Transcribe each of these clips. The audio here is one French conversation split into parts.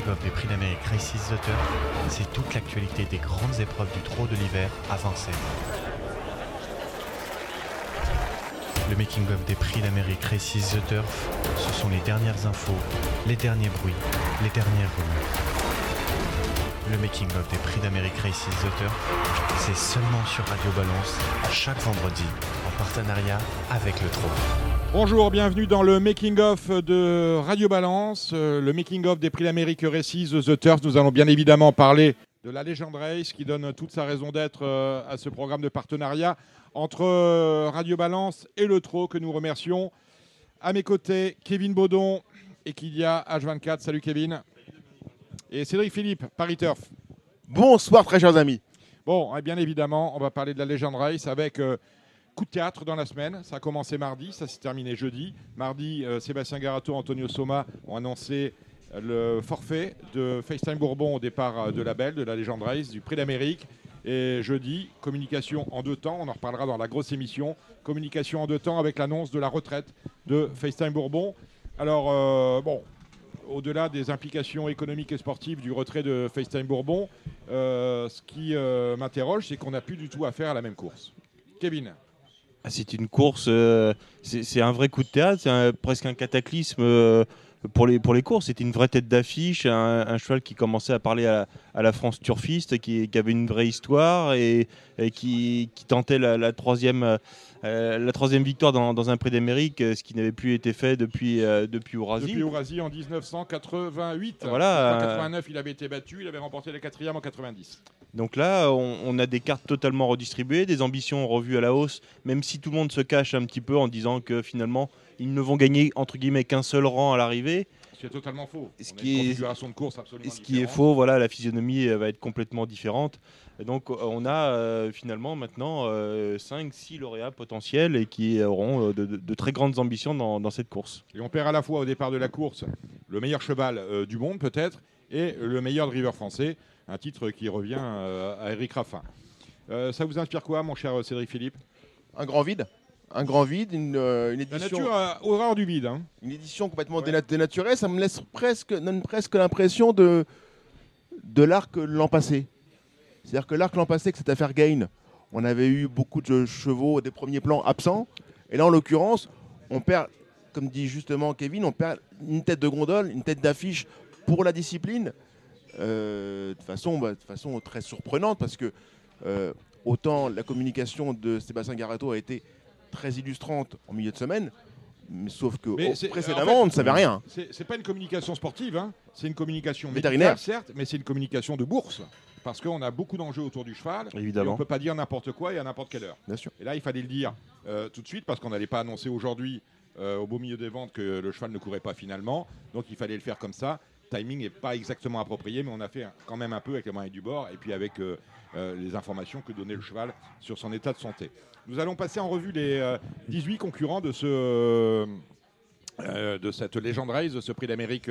making-of des prix d'Amérique Races The Turf, c'est toute l'actualité des grandes épreuves du trot de l'hiver à Vincennes. Le making-of des prix d'Amérique Races The Turf, ce sont les dernières infos, les derniers bruits, les dernières rumeurs. Le making-of des prix d'Amérique Races The Turf, c'est seulement sur Radio Balance, à chaque vendredi, en partenariat avec le trot. Bonjour, bienvenue dans le making-of de Radio Balance, le making-of des prix d'Amérique Races The Turf. Nous allons bien évidemment parler de la Legend Race qui donne toute sa raison d'être à ce programme de partenariat entre Radio Balance et le trot que nous remercions. À mes côtés, Kevin Baudon et Kylia H24. Salut Kevin. Et Cédric Philippe, Paris Turf. Bonsoir très chers amis. Bon, et bien évidemment, on va parler de la Legend Race avec coup de théâtre dans la semaine. Ça a commencé mardi, ça s'est terminé jeudi. Mardi, Sébastien Garato et Antonio Soma ont annoncé le forfait de FaceTime Bourbon au départ de la Belle, de la Legend Race, du Prix d'Amérique. Et jeudi, communication en 2 temps, on en reparlera dans la grosse émission. Communication en 2 temps avec l'annonce de la retraite de FaceTime Bourbon. Alors, au-delà des implications économiques et sportives du retrait de FaceTime Bourbon, ce qui m'interroge, c'est qu'on n'a plus du tout affaire à la même course. Kevin. C'est une course, c'est un vrai coup de théâtre, c'est presque un cataclysme pour les courses. C'était une vraie tête d'affiche, un cheval qui commençait à parler à la France turfiste, qui avait une vraie histoire et qui tentait la troisième victoire dans un Prix d'Amérique, ce qui n'avait plus été fait depuis Eurasie. Depuis Eurasie en 1988. Voilà. En 1989, il avait été battu, il avait remporté la 4e en 90. Donc là, on a des cartes totalement redistribuées, des ambitions revues à la hausse, même si tout le monde se cache un petit peu en disant que finalement, ils ne vont gagner entre guillemets qu'un seul rang à l'arrivée. C'est totalement faux. Ce Une configuration de course absolument ce qui est faux, voilà, la physionomie va être complètement différente. Et donc on a finalement maintenant 5-6 lauréats potentiels et qui auront de très grandes ambitions dans cette course. Et on perd à la fois au départ de la course le meilleur cheval du monde peut-être et le meilleur driver français, un titre qui revient à Eric Raffin. Ça vous inspire quoi, mon cher Cédric Philippe ? Un grand vide, une édition. La nature a horreur du vide. Hein. Une édition complètement dénaturée, ça me donne presque l'impression de l'arc l'an passé. C'est-à-dire que l'arc l'an passé, que cette affaire Gain, on avait eu beaucoup de chevaux des premiers plans absents. Et là, en l'occurrence, on perd, comme dit justement Kevin, on perd une tête de gondole, une tête d'affiche pour la discipline. De façon très surprenante parce que autant la communication de Sébastien Garato a été très illustrante en milieu de semaine, mais sauf que précédemment, on ne savait rien. C'est pas une communication sportive, hein. C'est une communication vétérinaire, médicale, certes, mais c'est une communication de bourse. Parce qu'on a beaucoup d'enjeux autour du cheval. Évidemment. Et on ne peut pas dire n'importe quoi et à n'importe quelle heure. Bien sûr. Et là, il fallait le dire tout de suite parce qu'on n'allait pas annoncer aujourd'hui, au beau milieu des ventes, que le cheval ne courait pas finalement. Donc il fallait le faire comme ça. Timing n'est pas exactement approprié, mais on a fait quand même un peu avec les moyens du bord et puis avec les informations que donnait le cheval sur son état de santé. Nous allons passer en revue les 18 concurrents de cette Legend Race, de ce Prix d'Amérique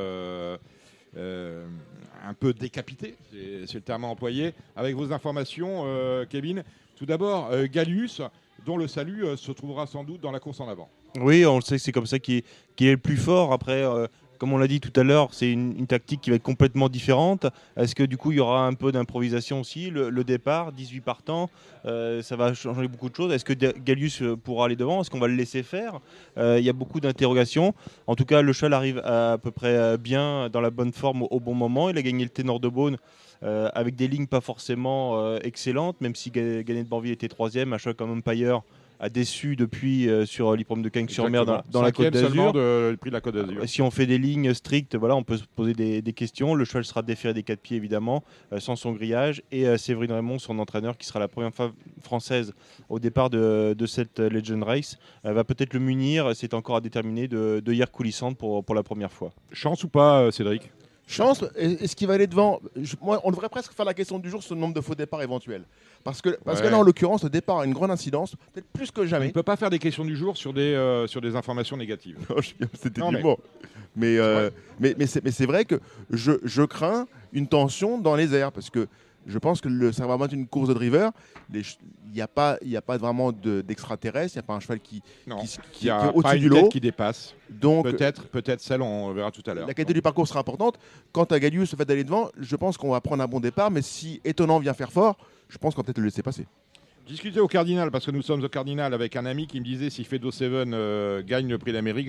un peu décapité, c'est le terme employé. Avec vos informations, Kevin, tout d'abord, Gallius, dont le salut se trouvera sans doute dans la course en avant. Oui, on le sait, c'est comme ça qu'il est le plus fort. Après, comme on l'a dit tout à l'heure, c'est une tactique qui va être complètement différente. Est-ce que du coup, il y aura un peu d'improvisation aussi ? Le départ, 18 partants, ça va changer beaucoup de choses. Est-ce que Gallius pourra aller devant ? Est-ce qu'on va le laisser faire ? Il y a beaucoup d'interrogations. En tout cas, le cheval arrive à peu près bien, dans la bonne forme au bon moment. Il a gagné le Ténor de Beaune avec des lignes pas forcément excellentes, même si Gagné de Banville était 3e. Un cheval comme Empire a déçu depuis sur l'hippodrome de Cagnes-sur-Mer dans la Côte d'Azur. Le prix de la Côte d'Azur. Si on fait des lignes strictes, voilà, on peut se poser des questions. Le cheval sera déféré des 4 pieds évidemment, sans son grillage. Et Séverine Raymond, son entraîneur, qui sera la première femme française au départ de cette Legend Race, va peut-être le munir. C'est encore à déterminer de hier coulissante pour la première fois. Chance ou pas, Cédric ? Chance, est-ce qu'il va aller devant ? On devrait presque faire la question du jour sur le nombre de faux départs éventuels. Parce que là, en l'occurrence, le départ a une grande incidence, peut-être plus que jamais. On ne peut pas faire des questions du jour sur des informations négatives. C'était du mot. Mais c'est vrai que je crains une tension dans les airs. Parce que Je pense que ça va vraiment être une course de driver. Il n'y a pas vraiment d'extraterrestre. Il n'y a pas un cheval qui il y a est pas au-dessus une du tête lot. qui dépasse. Donc, Peut-être celle, on verra tout à l'heure. la qualité du parcours sera importante. Quant à Gallius, le fait d'aller devant, je pense qu'on va prendre un bon départ. Mais si Étonnant vient faire fort, je pense qu'on va peut-être le laisser passer. Discuter au Cardinal, parce que nous sommes au Cardinal avec un ami qui me disait si Fedo Seven gagne le prix d'Amérique,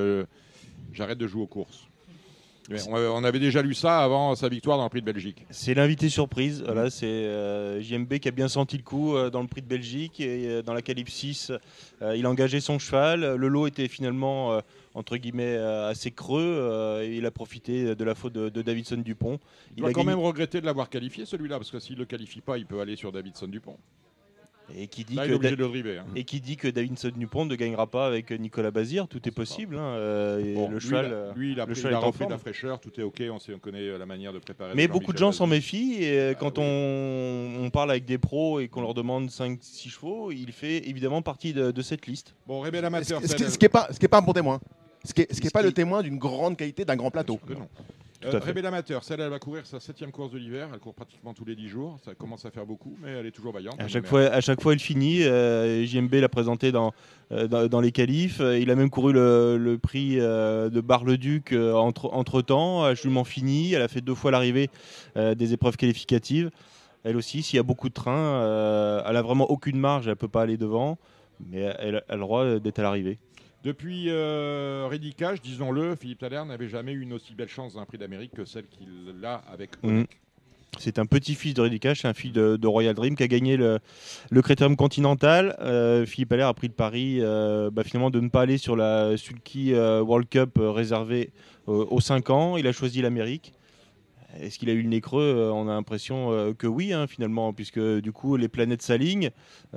j'arrête de jouer aux courses. Mais on avait déjà lu ça avant sa victoire dans le prix de Belgique. C'est l'invité surprise. Voilà, c'est JMB qui a bien senti le coup dans le prix de Belgique. Et dans la Qualif 6, il a engagé son cheval. Le lot était finalement, entre guillemets, assez creux. Et il a profité de la faute de Davidson Dupont. Il va quand même regretter de l'avoir qualifié celui-là, parce que s'il ne le qualifie pas, il peut aller sur Davidson Dupont. Et qui dit Là, il est obligé de le driver. Et qui dit que Davidson Dupont ne gagnera pas avec Nicolas Bazir. Tout est possible. Le cheval, il a le repris cheval est en de forme. la fraîcheur, tout est OK, on connaît la manière de préparer. Mais beaucoup de gens s'en Bazir. méfient. Et quand on parle avec des pros et qu'on leur demande 5-6 chevaux, il fait évidemment partie de cette liste. Bon, Rebelle Amateur. Ce qui n'est pas un bon témoin. Ce qui est pas le témoin d'une grande qualité, d'un grand plateau. Que non. Tout à fait. Rebelle Amateur, celle elle va courir sa 7e course de l'hiver. Elle court pratiquement tous les 10 jours. Ça commence à faire beaucoup, mais elle est toujours vaillante. À chaque fois, elle finit. JMB l'a présenté dans les qualifs. Il a même couru le prix de Bar-le-Duc entre-temps. À Julement fini. Elle a fait 2 fois l'arrivée des épreuves qualificatives. Elle aussi, s'il y a beaucoup de trains, elle a vraiment aucune marge. Elle ne peut pas aller devant, mais elle a le droit d'être à l'arrivée. Depuis Rédicage, disons-le, Philippe Thaler n'avait jamais eu une aussi belle chance d'un prix d'Amérique que celle qu'il a avec Onek. C'est un petit-fils de Rédicage, c'est un fils de Royal Dream qui a gagné le Critérium Continental. Philippe Allaire a pris le pari finalement de ne pas aller sur la Sulky World Cup réservée aux 5 ans. Il a choisi l'Amérique. Est-ce qu'il a eu le nez creux? On a l'impression que oui, finalement, puisque du coup les planètes s'alignent,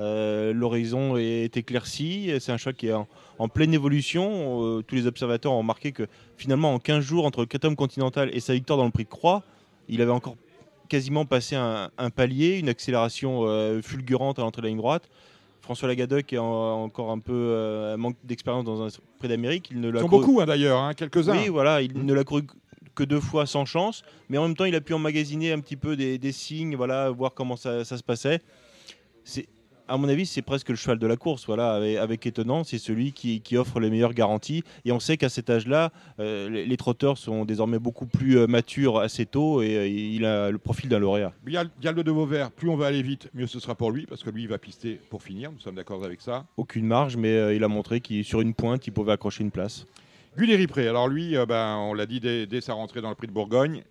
l'horizon est éclairci. C'est un choc qui est en pleine évolution. Tous les observateurs ont remarqué que finalement en 15 jours entre le Critérium Continental et sa victoire dans le Prix de Croix, il avait encore quasiment passé un palier, une accélération fulgurante à l'entrée de la ligne droite. François Lagadec est encore un peu manque d'expérience dans un prix d'Amérique. Ils sont beaucoup d'ailleurs, quelques-uns. Oui, voilà, il ne l'a couru que 2 fois sans chance, mais en même temps il a pu emmagasiner un petit peu des signes, voilà, voir comment ça se passait. À mon avis, c'est presque le cheval de la course, voilà, avec Étonnant, c'est celui qui offre les meilleures garanties. Et on sait qu'à cet âge-là, les trotteurs sont désormais beaucoup plus matures assez tôt et il a le profil d'un lauréat. Galbe de Vauvert, plus on va aller vite, mieux ce sera pour lui, parce que lui, il va pister pour finir, nous sommes d'accord avec ça. Aucune marge, mais il a montré qu'il sur une pointe, il pouvait accrocher une place. Gulli Pré, alors lui, on l'a dit dès sa rentrée dans le prix de Bourgogne,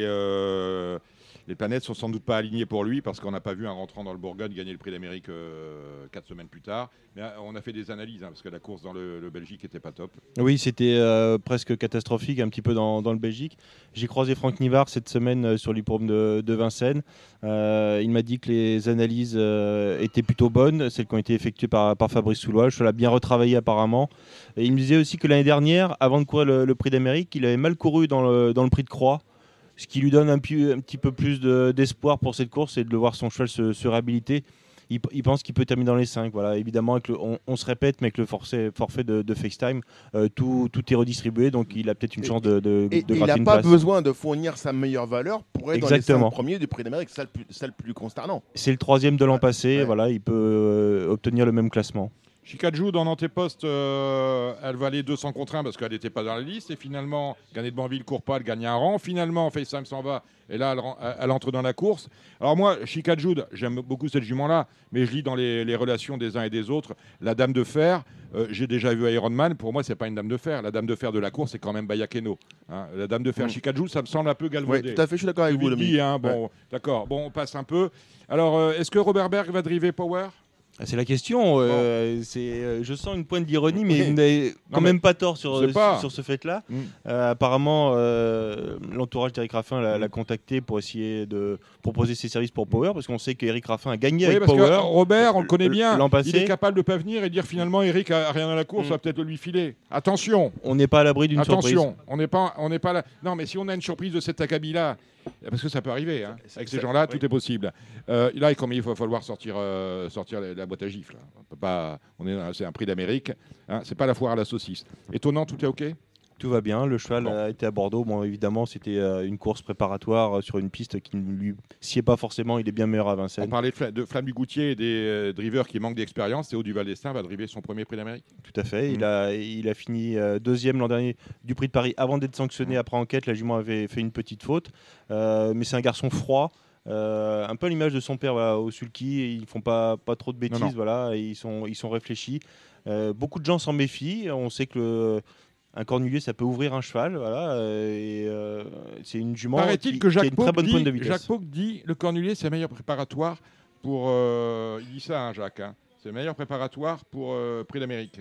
les planètes sont sans doute pas alignées pour lui parce qu'on n'a pas vu un rentrant dans le Bourgogne gagner le prix d'Amérique 4 semaines plus tard. Mais on a fait des analyses parce que la course dans le Belgique n'était pas top. Oui, c'était presque catastrophique un petit peu dans le Belgique. J'ai croisé Franck Nivard cette semaine sur l'hippodrome de Vincennes. Il m'a dit que les analyses étaient plutôt bonnes, celles qui ont été effectuées par Fabrice Soulois. Je l'ai bien retravaillé apparemment. Et il me disait aussi que l'année dernière, avant de courir le prix d'Amérique, il avait mal couru dans le prix de Croix. Ce qui lui donne un petit peu plus d'espoir pour cette course et de le voir son cheval se réhabiliter. Il pense qu'il peut terminer dans les 5. Voilà. Évidemment, on se répète, mais avec le forfait de FaceTime, tout est redistribué. Donc, il a peut-être une chance de gratter une place. Il n'a pas besoin de fournir sa meilleure valeur pour être Exactement. dans les 5 premiers du prix d'Amérique. C'est ça le plus consternant. C'est le 3e de l'an passé. Ouais. Voilà, il peut obtenir le même classement. Chicajou dans Nantes-Post, elle va aller 200 contre 1 parce qu'elle n'était pas dans la liste. Et finalement, Garnet de Banville court pas, elle gagne un rang. Finalement, FaceTime s'en va. Et là, elle entre dans la course. Alors moi, Chicajou, j'aime beaucoup cette jument-là. Mais je lis dans les relations des uns et des autres. La Dame de Fer, j'ai déjà vu Ironman. Pour moi, c'est pas une Dame de Fer. La Dame de Fer de la course, c'est quand même Bayakeno. La Dame de Fer Chicajou, ça me semble un peu galvaudé. Oui, tout à fait, je suis d'accord avec vous. Bon, d'accord. Bon, on passe un peu. Alors, est-ce que Robert Berg va driver Power ? C'est la question. Je sens une pointe d'ironie, mais vous n'avez quand même pas tort sur ce fait-là. Apparemment, l'entourage d'Éric Raffin l'a contacté pour essayer de proposer ses services pour Power, parce qu'on sait qu'Éric Raffin a gagné avec parce Power. Que Robert, on le connaît bien. L'an passé. Il est capable de pas venir et dire finalement Eric a rien à la course, on va peut-être le lui filer. Attention. On n'est pas à l'abri d'une surprise. Attention, on n'est pas là. Non, mais si on a une surprise de cet acabit-là, parce que ça peut arriver, avec ces gens-là, tout est possible. Là, il va falloir sortir la boîte à gifles. On peut pas. C'est un prix d'Amérique. C'est pas la foire à la saucisse. Étonnant, tout est OK. Tout va bien, le cheval Bon. a été à Bordeaux. Bon, évidemment, c'était une course préparatoire sur une piste qui ne lui sied pas forcément. Il est bien meilleur à On Vincennes. parlait de Flamme du Goutier et des drivers qui manquent d'expérience. Théo Duval d'Estaing va driver son premier prix d'Amérique. Tout à fait. Il a fini deuxième l'an dernier du Prix de Paris avant d'être sanctionné après enquête. La jument avait fait une petite faute. Mais c'est un garçon froid. Un peu à l'image de son père au sulky. Ils ne font pas trop de bêtises. Non. Voilà, et ils sont réfléchis. Beaucoup de gens s'en méfient. On sait que un cornulier, ça peut ouvrir un cheval. Voilà, c'est une jument Paraît-il qui que a Jacques une très bonne pointe de Pauque vitesse. dit le cornulier, c'est le meilleur préparatoire pour. Il dit ça, hein, Jacques. Hein. C'est le meilleur préparatoire pour Prix d'Amérique.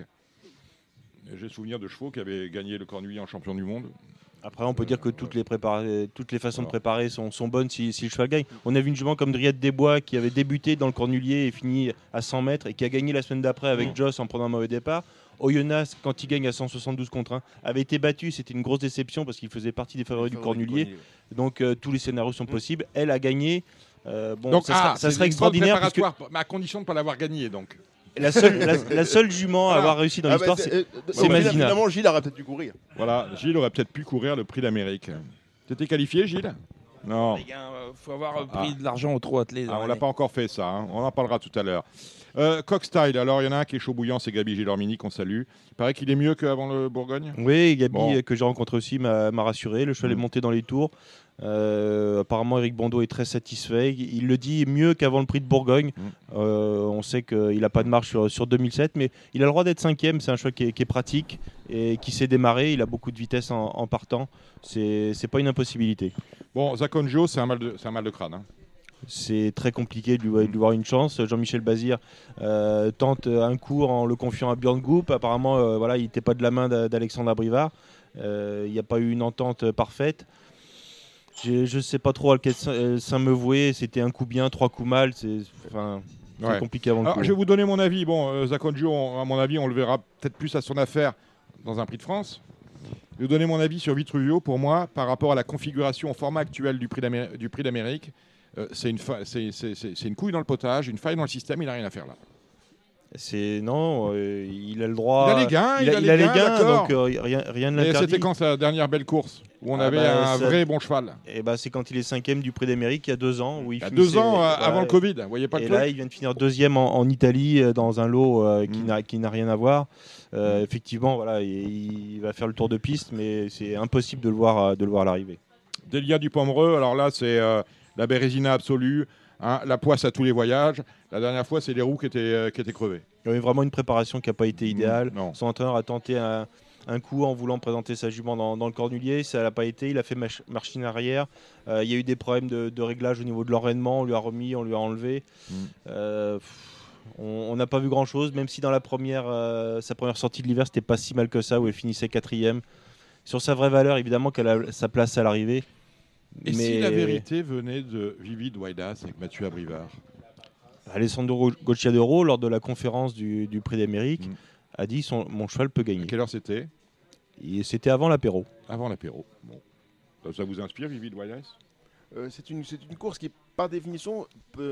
J'ai souvenir de chevaux qui avaient gagné le cornulier en champion du monde. Après, on peut dire que toutes les façons de Alors. préparer sont bonnes si le cheval gagne. On a vu une jument comme Driette Desbois qui avait débuté dans le cornulier et fini à 100 mètres et qui a gagné la semaine d'après avec Joss en prenant un mauvais départ. Oyonnax, quand il gagne à 172 contre 1, avait été battu. C'était une grosse déception parce qu'il faisait partie des favoris du cornulier. Donc tous les scénarios sont possibles. Elle a gagné. Donc, ça c'est serait une extraordinaire. bonne Puisque préparatoire, mais à condition de ne pas l'avoir gagné. Donc. la seule jument à avoir réussi dans l'histoire, c'est Mazina. Finalement, Gilles aurait peut-être dû courir. Voilà, Gilles aurait peut-être pu courir le Prix d'Amérique. T'étais qualifié, Gilles? Non. Les gars, faut avoir pris de l'argent au trot attelé. On l'a pas encore fait ça, hein. On en parlera tout à l'heure. Cockstyle, alors il y en a un qui est chaud bouillant, c'est Gabi Gilormini qu'on salue. Il paraît qu'il est mieux qu'avant le Bourgogne. Oui, Gabi, Bon. que j'ai rencontré aussi, m'a rassuré. Le cheval est monté dans les tours. Apparemment, Eric Bondeau est très satisfait. Il le dit mieux qu'avant le prix de Bourgogne. On sait qu'il n'a pas de marche sur 2007, mais il a le droit d'être cinquième. C'est un cheval qui est pratique et qui sait démarrer. Il a beaucoup de vitesse en partant. C'est pas une impossibilité. Bon, Zakonjo, c'est un mal de crâne. Hein. C'est très compliqué de lui voir une chance. Jean-Michel Bazir tente un coup en le confiant à Björn Goop. Apparemment, il n'était pas de la main d'Alexandre Abrivard. Il n'y a pas eu une entente parfaite. Je ne sais pas trop à quel sein me vouer. C'était un coup bien, 3 coups mal. C'est compliqué avant le Alors, coup. je vais vous donner mon avis. Bon, Zakonjo, à mon avis, on le verra peut-être plus à son affaire dans un Prix de France. Je vais vous donner mon avis sur Vitruvio. Pour moi, par rapport à la configuration au format actuel du Prix d'Amérique, c'est une couille dans le potage, une faille dans le système. Il n'a rien à faire là. Il a le droit. Il a les gains, il a les gains, d'accord. donc rien ne Et l'interdit. c'était quand sa dernière belle course où on avait un vrai bon cheval. Et c'est quand il est cinquième du Prix d'Amérique il y a 2 ans. Où il Il y a finissait- 2 ans voilà. avant le Covid. Vous voyez pas le Et truc. là, il vient de finir deuxième en Italie dans un lot qui n'a rien à voir. Effectivement, voilà, il va faire le tour de piste, mais c'est impossible de le voir à l'arrivée. Delia du Pomereux, alors là, c'est la Bérésina absolue, hein, la poisse à tous les voyages. La dernière fois, c'est les roues qui étaient crevées. Il y avait vraiment une préparation qui n'a pas été idéale. Non. Son entraîneur a tenté un coup en voulant présenter sa jument dans le cornulier. Ça n'a pas été. Il a fait machine arrière. Il y a eu des problèmes de réglage au niveau de l'enraînement. On lui a remis, on lui a enlevé. On n'a pas vu grand-chose, même si dans sa première sortie de l'hiver, c'était pas si mal que ça, où elle finissait 4e. Sur sa vraie valeur, évidemment qu'elle a sa place à l'arrivée. Et si la vérité venait de Vivid Waidas avec Mathieu Abrivard? Alessandro Gocciadoro, lors de la conférence du Prix d'Amérique, a dit mon cheval peut À gagner. quelle heure c'était? Et c'était avant l'apéro. Avant l'apéro. Bon. Ça vous inspire, Vivid Waidas? C'est une course qui, par définition,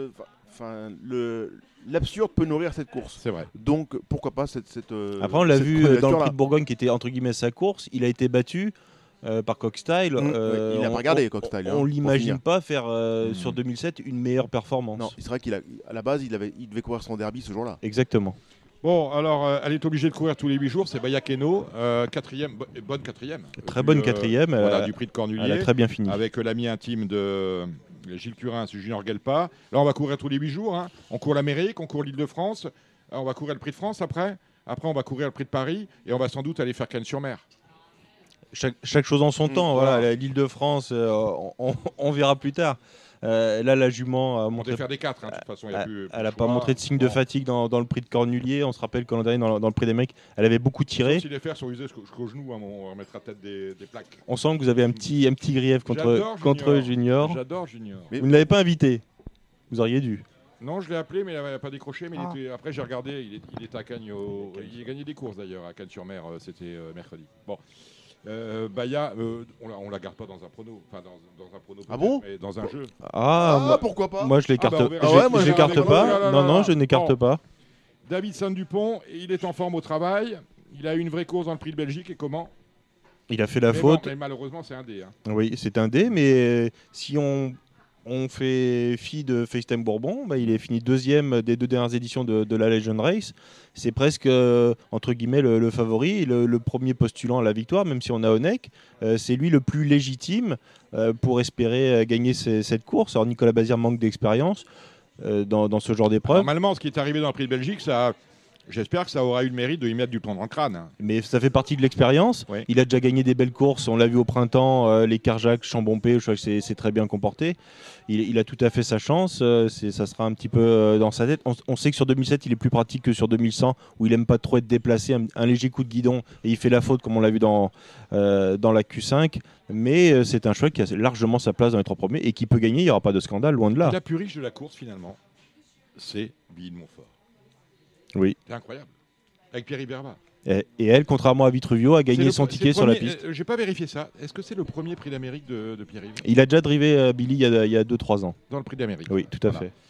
l'absurde peut nourrir cette course. C'est vrai. Donc, pourquoi pas cette Après, on l'a cette vu dans le candidature-là. Prix de Bourgogne, qui était entre guillemets sa course. Il a été battu par Cockstyle. Oui, il n'a pas regardé Cockstyle. On pour l'imagine finir. pas faire sur 2007 une meilleure performance. Non, c'est vrai qu'à la base, il devait courir son derby ce jour-là. Exactement. Bon, alors, elle est obligée de courir tous les 8 jours. C'est Bayakeno, quatrième, bonne quatrième. Très bonne quatrième. Voilà, du prix de Elle a Cornulier. très bien fini. Avec l'ami intime de Gilles Turin, Junior Gelpa. Là, on va courir tous les 8 jours. Hein. On court l'Amérique, on court l'Île-de-France. On va courir le Prix de France après. Après, on va courir le Prix de Paris. Et on va sans doute aller faire Cannes-sur-Mer. Chaque chose en son temps. Voilà, l'Île-de-France, on verra plus tard. Là, la jument a On montré. va faire des 4. Hein, de toute façon, il y a plus Elle n'a de pas choix. montré de signe de fatigue dans le prix de Cornulier. On se rappelle que l'an dernier, dans le prix des mecs, elle avait beaucoup tiré. Si les fers sont usés jusqu'au genou, hein, on remettra peut-être des plaques. On sent que vous avez un petit grief contre Junior. J'adore Junior. Vous ne l'avez pas invité. Vous auriez dû. Non, je l'ai appelé, mais il n'avait pas décroché. Mais après, j'ai regardé. Il était à Cagnes. Il a gagné des courses d'ailleurs à Cagnes-sur-Mer. C'était mercredi. Bon. Baya, on la garde pas dans un prono. Enfin, dans un prono. Ah bon? Mais dans un jeu. Pourquoi pas? Moi, je l'écarte. on verra. Je l'écarte pas. Non, je n'écarte Bon. pas. Davidson Dupont, il est en forme au travail. Il a eu une vraie course dans le Prix de Belgique. Et comment? Il a fait la Mais faute. bon, mais malheureusement, c'est un dé. Hein. Oui, c'est un dé, mais si on fait fi de FaceTime Bourbon, il est fini deuxième des 2 dernières éditions de la Legend Race. C'est presque, entre guillemets, le favori, le premier postulant à la victoire, même si on a Honeck. C'est lui le plus légitime pour espérer gagner cette course. Alors Nicolas Bazir manque d'expérience dans ce genre d'épreuve. Normalement, ce qui est arrivé dans le Prix de Belgique, j'espère que ça aura eu le mérite de lui mettre du plomb dans le crâne. Hein. Mais ça fait partie de l'expérience. Oui. Il a déjà gagné des belles courses. On l'a vu au printemps, les Carjac, Chambompé. Je crois que c'est très bien comporté. Il a tout à fait sa chance. Ça sera un petit peu dans sa tête. On sait que sur 2007, il est plus pratique que sur 2100, où il aime pas trop être déplacé. Un léger coup de guidon et il fait la faute, comme on l'a vu dans la Q5. Mais c'est un cheval qui a largement sa place dans les 3 premiers et qui peut gagner. Il n'y aura pas de scandale, loin de là. La plus riche de la course, finalement, c'est Billy de Montfort. Oui. C'est incroyable. Avec Pierre Iberba. Et elle, contrairement à Vitruvio, a gagné son ticket sur la piste. J'ai pas vérifié ça. Est-ce que c'est le premier prix d'Amérique de Pierre-Yves? Il a déjà drivé Billy il y a 2-3 ans. Dans le prix d'Amérique. Oui, tout à fait.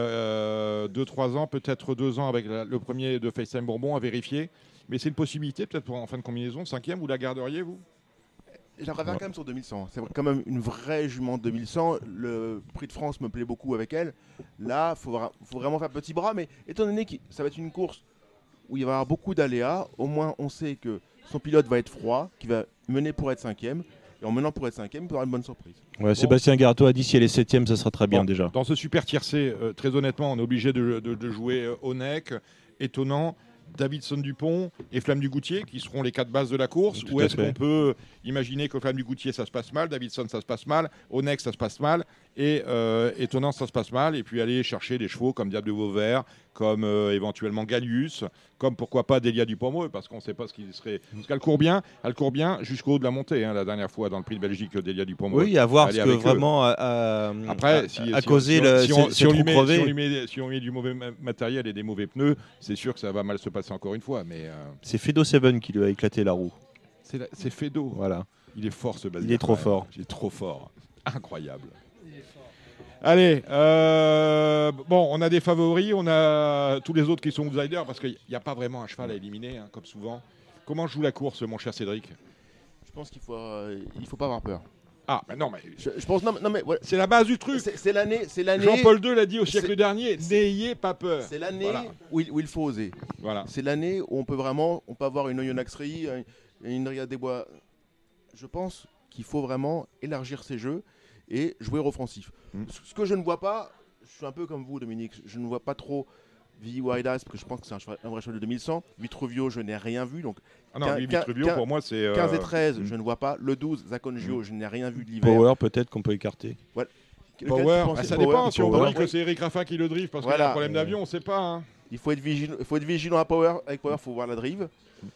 2-3 ans, peut-être 2 ans avec le premier de FaceTime Bourbon à vérifier. Mais c'est une possibilité, peut-être pour en fin de combinaison, 5e, vous la garderiez, vous? Je la préfère quand même sur 2100. C'est quand même une vraie jument de 2100. Le Prix de France me plaît beaucoup avec elle. Là, faut vraiment faire petit bras. Mais étant donné que ça va être une course où il va y avoir beaucoup d'aléas, au moins on sait que son pilote va être froid, qu'il va mener pour être 5e. Et en menant pour être 5e, il peut avoir une bonne surprise. Ouais, bon. Sébastien Garato a dit si elle est 7e, ça sera très bien déjà. Dans ce super tiercé, très honnêtement, on est obligé de jouer Honeck, Étonnant, Davidson Dupont et Flamme du Goutier qui seront les 4 bases de la course. Tout ou à est-ce fait. qu'on peut imaginer que Flamme du Goutier ça se passe mal, Davidson ça se passe mal, Honeck ça se passe mal et Étonnant ça se passe mal, et puis aller chercher des chevaux comme Diable de Vauvert, comme éventuellement Gallius, comme pourquoi pas Delia Dupomereux, parce qu'on ne sait pas ce qu'il serait. Parce qu'elle court bien jusqu'au haut de la montée, hein, la dernière fois dans le Prix de Belgique, Delia Dupomereux. Oui, à voir ce que avec vraiment après, a causé si on lui crevé. met du mauvais matériel et des mauvais pneus, c'est sûr que ça va mal se passer encore une fois. Mais c'est Fedo Seven qui lui a éclaté la roue. c'est Fedo. Voilà. Il est fort ce Bazir. Il est trop fort. Il est trop fort. Incroyable. Allez, bon, on a des favoris, on a tous les autres qui sont outsiders parce qu'il n'y a pas vraiment un cheval à éliminer, hein, comme souvent. Comment joue la course, mon cher Cédric? Je pense qu'il faut pas avoir peur. Ah, mais non, mais Je pense non mais ouais, c'est la base du truc. c'est l'année. Jean-Paul II l'a dit au siècle c'est- dernier, n'ayez pas peur. C'est l'année Voilà. où il faut oser. Voilà. C'est l'année où on peut avoir une Oyonnax-Ri, une Ria des Bois. Je pense qu'il faut vraiment élargir ses jeux et jouer offensif. Ce que je ne vois pas, je suis un peu comme vous, Dominique, je ne vois pas trop Vivi Wide Eyes, parce que je pense que c'est un vrai cheval de 2100. Vitruvio, je n'ai rien vu. Donc Ah non, lui, Vitruvio, pour moi, c'est 15 et 13, je ne vois pas. Le 12, Zacongio, je n'ai rien vu de l'hiver. Power, peut-être qu'on peut écarter. Lequel tu Power, penses, ça Power dépend. Si on Power, me dit que c'est Eric Raffin qui le drive parce qu'il y a Voilà. un problème d'avion, on ne sait pas. Hein. Il faut être vigilant à Power. Avec Power, il faut voir la drive.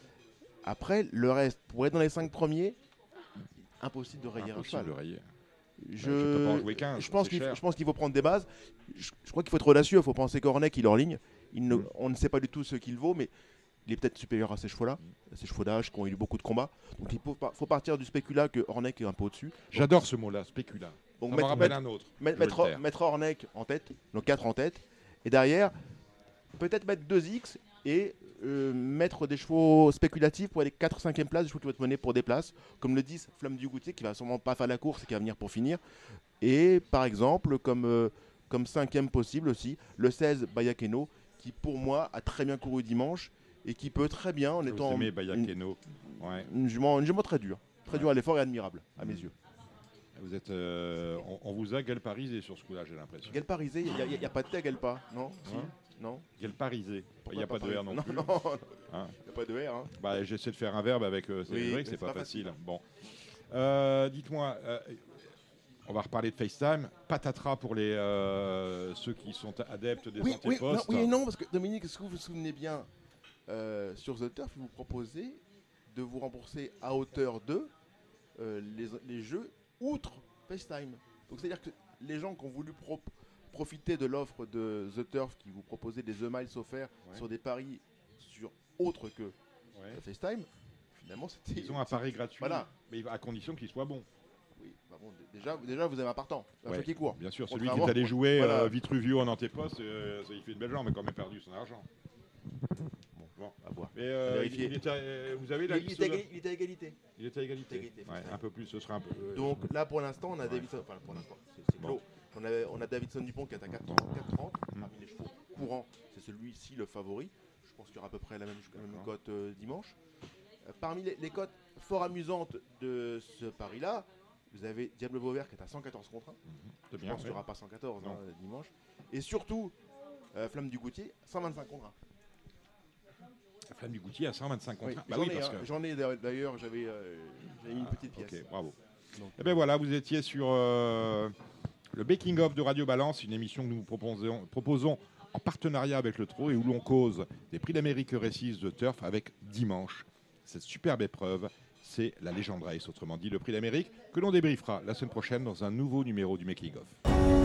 Après, le reste, pour être dans les 5 premiers, impossible de rayer un Impossible cheval. de rayer. Je peux pas en jouer 15, je pense c'est qu'il cher. faut prendre des bases. Je crois qu'il faut être audacieux. Il faut penser qu'Ornec, il est en ligne. On ne sait pas du tout ce qu'il vaut, mais il est peut-être supérieur à ces chevaux-là, à ces chevaux d'âge qui ont eu beaucoup de combats. Donc il faut partir du spécula que Ornec est un peu au-dessus. J'adore ce mot-là, spécula. Donc Ça me rappelle un autre. mettre Ornec en tête, donc 4 en tête, et derrière, peut-être mettre 2X et mettre des chevaux spéculatifs pour aller 4-5e place, des chevaux qui vont te mener pour des places, comme le 10 Flamme du Goutier qui va sûrement pas faire la course et qui va venir pour finir. Et par exemple, comme 5e possible aussi, le 16 Bayakeno, qui pour moi a très bien couru dimanche et qui peut très bien, en étant Vous aimez Bayakeno. Ouais. une jument très dure à l'effort et admirable à mes yeux. Vous êtes, on vous a galparisé sur ce coup-là, j'ai l'impression. Galparisé, il n'y a pas de T à Galpa, non? Si. Hein? Non. Galparisé. Il n'y a pas de R non plus. Non, Hein? il n'y a pas de R. Hein. Bah, j'essaie de faire un verbe avec Oui, Cédric, mais c'est pas facile. Bon. Dites-moi, on va reparler de FaceTime. Patatras pour ceux qui sont adeptes des antépostes. Oui et non, parce que Dominique, est-ce que vous vous souvenez bien, sur The Turf, vous proposez de vous rembourser à hauteur de les jeux outre FaceTime. Donc c'est-à-dire que les gens qui ont voulu profiter de l'offre de The Turf qui vous proposait des The Miles offerts sur des paris sur autre que FaceTime, finalement c'était... Ils ont un pari gratuit, Voilà. mais à condition qu'il soit bon. Oui, bah bon, déjà vous avez un partant, un jeu qui court. Bien sûr, celui qui Contrairement- est allé jouer Voilà. Vitruvio en antéposte, il fait une belle jambe, mais quand même perdu son argent. Bon. À voir. Mais vérifier. vous avez la Il liste est à égalité. Il est à égalité. Égalité, Ouais, un peu plus, ce sera un peu. Donc là, pour l'instant, on a Ouais. Davidson. Enfin, pour l'instant, c'est clos. On a Davidson Dupont qui est à 4,30. Parmi les chevaux courants, c'est celui-ci le favori. Je pense qu'il y aura à peu près la même cote dimanche. Parmi les cotes fort amusantes de ce pari-là, vous avez Diable Vauvert qui est à 114 contre 1. C'est Je bien. pense qu'il n'y aura pas 114 dimanche. Et surtout, Flamme du Goutier, 125 contre 1. La Flamme du Goutier à 125 contre 1. J'en ai d'ailleurs, j'avais mis une petite pièce. Ok, bravo. Donc, Et bien voilà, vous étiez sur le Making of de Radio Balance, une émission que nous vous proposons en partenariat avec le Trot et où l'on cause des prix d'Amérique Races de Turf avec dimanche. Cette superbe épreuve, c'est la Legend Race, autrement dit le prix d'Amérique, que l'on débriefera la semaine prochaine dans un nouveau numéro du Making of.